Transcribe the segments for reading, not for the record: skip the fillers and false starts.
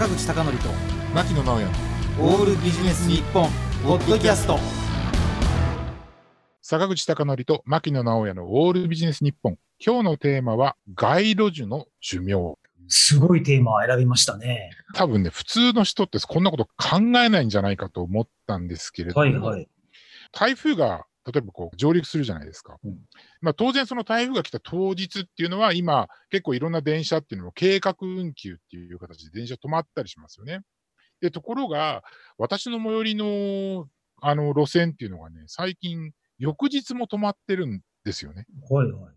坂口孝則と牧野直哉オールビジネス日本ポッドキャスト。 坂口孝則と牧野直哉のオールビジネス日本。今日のテーマは街路樹の寿命。 すごいテーマを選びましたね。 多分ね、普通の人ってこんなこと考えないんじゃないかと思ったんですけれども、 はいはい。 台風が例えばこう上陸するじゃないですか。当然その台風が来た当日っていうのは今結構いろんな電車っていうのも計画運休っていう形で電車止まったりしますよね。で、ところが私の最寄りの路線っていうのがね、最近翌日も止まってるんですよね。 はいはい。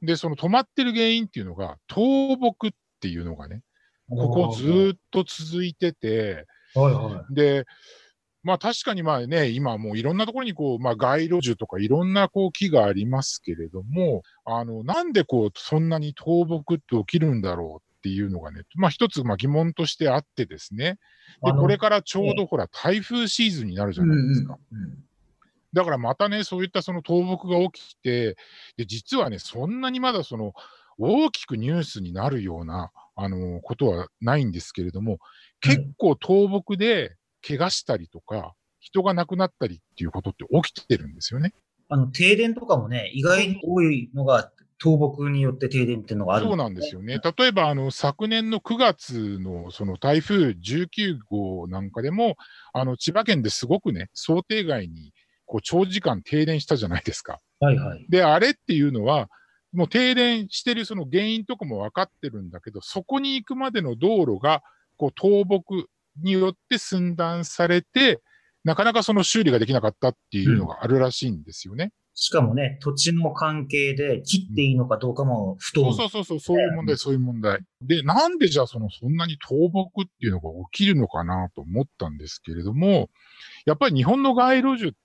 で、その止まってる原因っていうのが倒木っていうのがね、ここずーっと続いてて、 はいはい。 で、確かに今もういろんなところに街路樹とかいろんな木がありますけれども、なんでそんなに倒木って起きるんだろうっていうのがね、一つ疑問としてあってですね。で、これからちょうどほら台風シーズンになるじゃないですか。だからまたね、そういったその倒木が起きて、で、実はね、そんなにまだその大きくニュースになるような、ことはないんですけれども、結構倒木で怪我したりとか、人が亡くなったりっていうことって起きてるんですよね。 停電とかもね、意外に多いのが倒木によって停電っていうのがある、 そうなんですよね。例えば昨年の9月のその台風19号なんかでも、千葉県ですごくね、想定外に長時間停電したじゃないですか。 はいはい。 で、あれっていうのは、もう停電してるその原因とかも分かってるんだけど、そこに行くまでの道路が、倒木によって寸断されて、なかなかその修理ができなかったっていうのがあるらしいんですよね。 しかもね、土地の関係で切っていいのかどうかも不透明。 そういう問題、そういう問題。で、なんでじゃあそんなに倒木っていうのが起きるのかなと思ったんですけれども、やっぱり日本の街路樹って、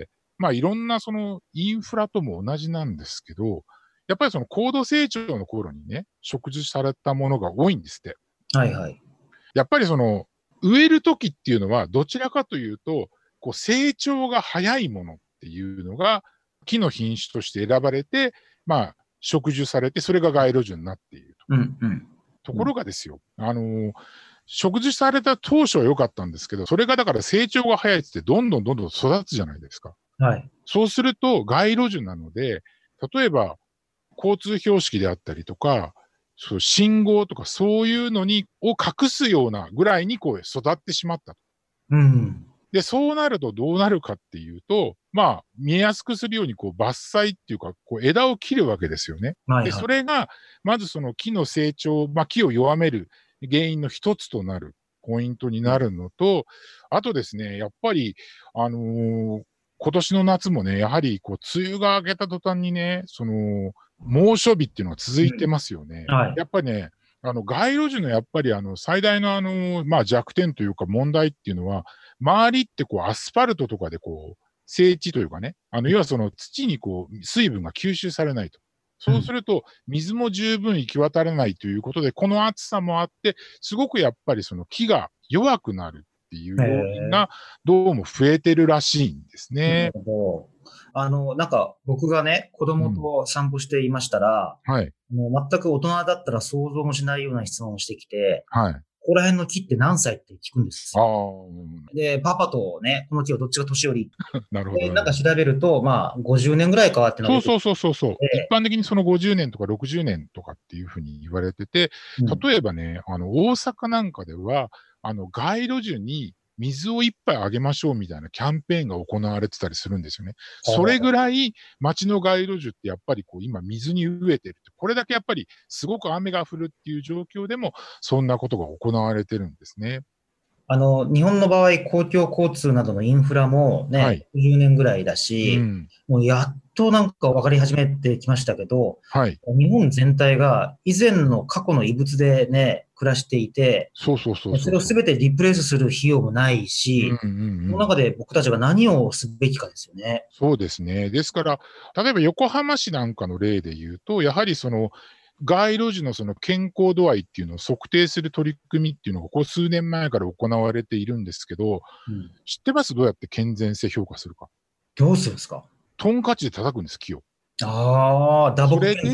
いろんなそのインフラとも同じなんですけど、やっぱりその高度成長の頃にね、植樹されたものが多いんですって。 はいはい。 やっぱりその、植えるときっていうのは、どちらかというと、成長が早いものっていうのが、木の品種として選ばれて、植樹されて、それが街路樹になっていると。ところがですよ、植樹された当初は良かったんですけど、それがだから成長が早いってどんどん育つじゃないですか。 はい。 そうすると、街路樹なので、例えば、交通標識であったりとか、信号とかそういうのを隠すようなぐらいに育ってしまったと。で、そうなるとどうなるかっていうと、見えやすくするように伐採っていうか、枝を切るわけですよね。で、それが、まずその木の成長、木を弱める原因の一つとなるポイントになるのと、あとですね、やっぱり、今年の夏もね、やはり梅雨が明けた途端にね、猛暑日っていうのが続いてますよね。やっぱりね、街路樹のやっぱり最大の弱点というか問題っていうのは、周りってアスファルトとかで整地というかね、要はその土に水分が吸収されないと。そうすると、水も十分行き渡れないということで、この暑さもあって、すごくやっぱりその木が弱くなるっていう要因がどうも増えてるらしいんですね。 なるほど。なんか僕がね、子供と散歩していましたら、 はい。 全く大人だったら想像もしないような質問をしてきて、 はい。 ここら辺の木って何歳って聞くんですよ。 ああ。 で、パパとね、この木はどっちが年寄りなるほど。 で、なんか調べると、50年ぐらいかってのがそう。一般的にその50年とか60年とかっていうふうに言われてて、例えばね、大阪なんかでは、街路樹に水を一杯あげましょうみたいなキャンペーンが行われてたりするんですよね。それぐらい街の街路樹ってやっぱり今水に飢えてる。これだけやっぱりすごく雨が降るっていう状況でも、そんなことが行われてるんですね。 日本の場合、公共交通などのインフラもね、60年ぐらいだし、もうやっとなんか分かり始めてきましたけど、日本全体が以前の過去の遺物でね、暮らしていて、それを全てリプレイスする費用もないし、その中で僕たちが何をすべきかですよね。 そうですね。ですから、例えば横浜市なんかの例で言うと、やはり街路樹のその健康度合いっていうのを測定する取り組みっていうのが、ここ数年前から行われているんですけど、知ってます？どうやって健全性評価するか。 どうするんですか？ トンカチで叩くんです、木を。 打撲検査。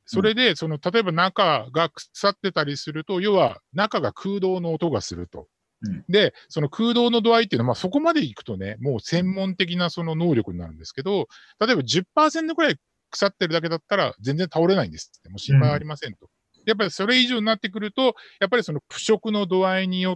それで、例えば中が腐ってたりすると、要は中が空洞の音がすると。で、その空洞の度合いっていうのは、そこまでいくとね、もう専門的なその能力になるんですけど、例えば 10% くらい腐ってるだけだったら全然倒れないんですって。もう心配ありませんと。やっぱりそれ以上になってくると、やっぱりその腐食の度合いによって、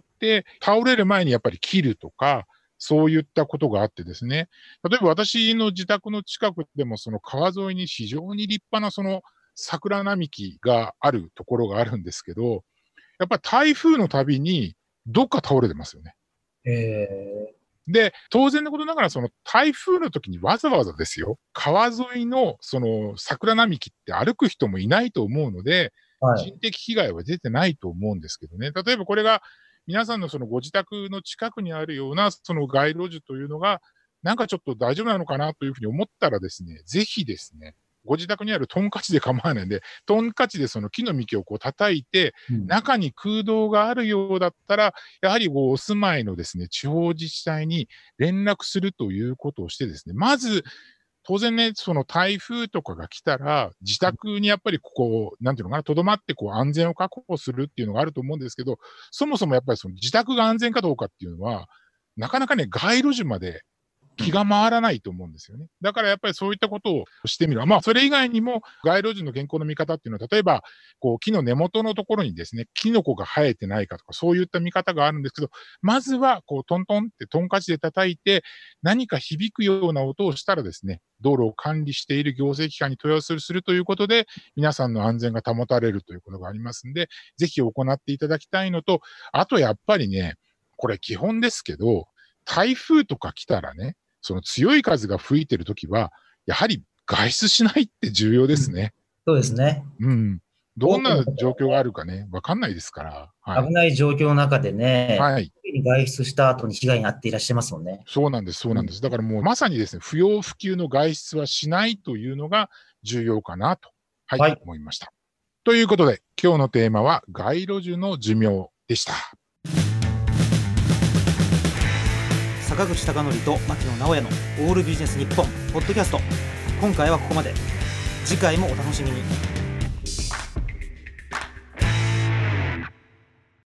倒れる前にやっぱり切るとか、そういったことがあってですね。例えば私の自宅の近くでもその川沿いに非常に立派なその桜並木があるところがあるんですけど、やっぱり台風のたびにどっか倒れてますよね。で、当然のことながらその台風の時にわざわざですよ、川沿いのその桜並木って歩く人もいないと思うので、人的被害は出てないと思うんですけどね。例えばこれが皆さんのそのご自宅の近くにあるようなその街路樹というのが、なんかちょっと大丈夫なのかなというふうに思ったらですね、ぜひですね、ご自宅にあるトンカチで構わないんで、トンカチでその木の幹をこう叩いて、中に空洞があるようだったら、やはりこうお住まいのですね、地方自治体に連絡するということをしてですね、まず、当然ね、その台風とかが来たら、自宅にやっぱりなんていうのかな、留まって安全を確保するっていうのがあると思うんですけど、そもそもやっぱりその自宅が安全かどうかっていうのは、なかなかね、街路樹まで気が回らないと思うんですよね。だからやっぱりそういったことをしてみる。それ以外にも街路樹の健康の見方っていうのは、例えば、木の根元のところにですね、キノコが生えてないかとか、そういった見方があるんですけど、まずは、トントンってトンカチで叩いて、何か響くような音をしたらですね、道路を管理している行政機関に問い合わせするということで、皆さんの安全が保たれるということがありますんで、ぜひ行っていただきたいのと、あとやっぱりね、これ基本ですけど、台風とか来たらね、その強い風が吹いてるときは、やはり外出しないって重要ですね。 そうですね。 どんな状況があるかね、わかんないですから。 危ない状況の中でね、外出した後に被害に遭っていらっしゃいますもんね。 そうなんです。だからもうまさにですね、不要不急の外出はしないというのが重要かなと、思いました。ということで、今日のテーマは街路樹の寿命でした。 坂口孝則と牧野直哉のオールビジネス日本ポッドキャスト。今回はここまで。次回もお楽しみに。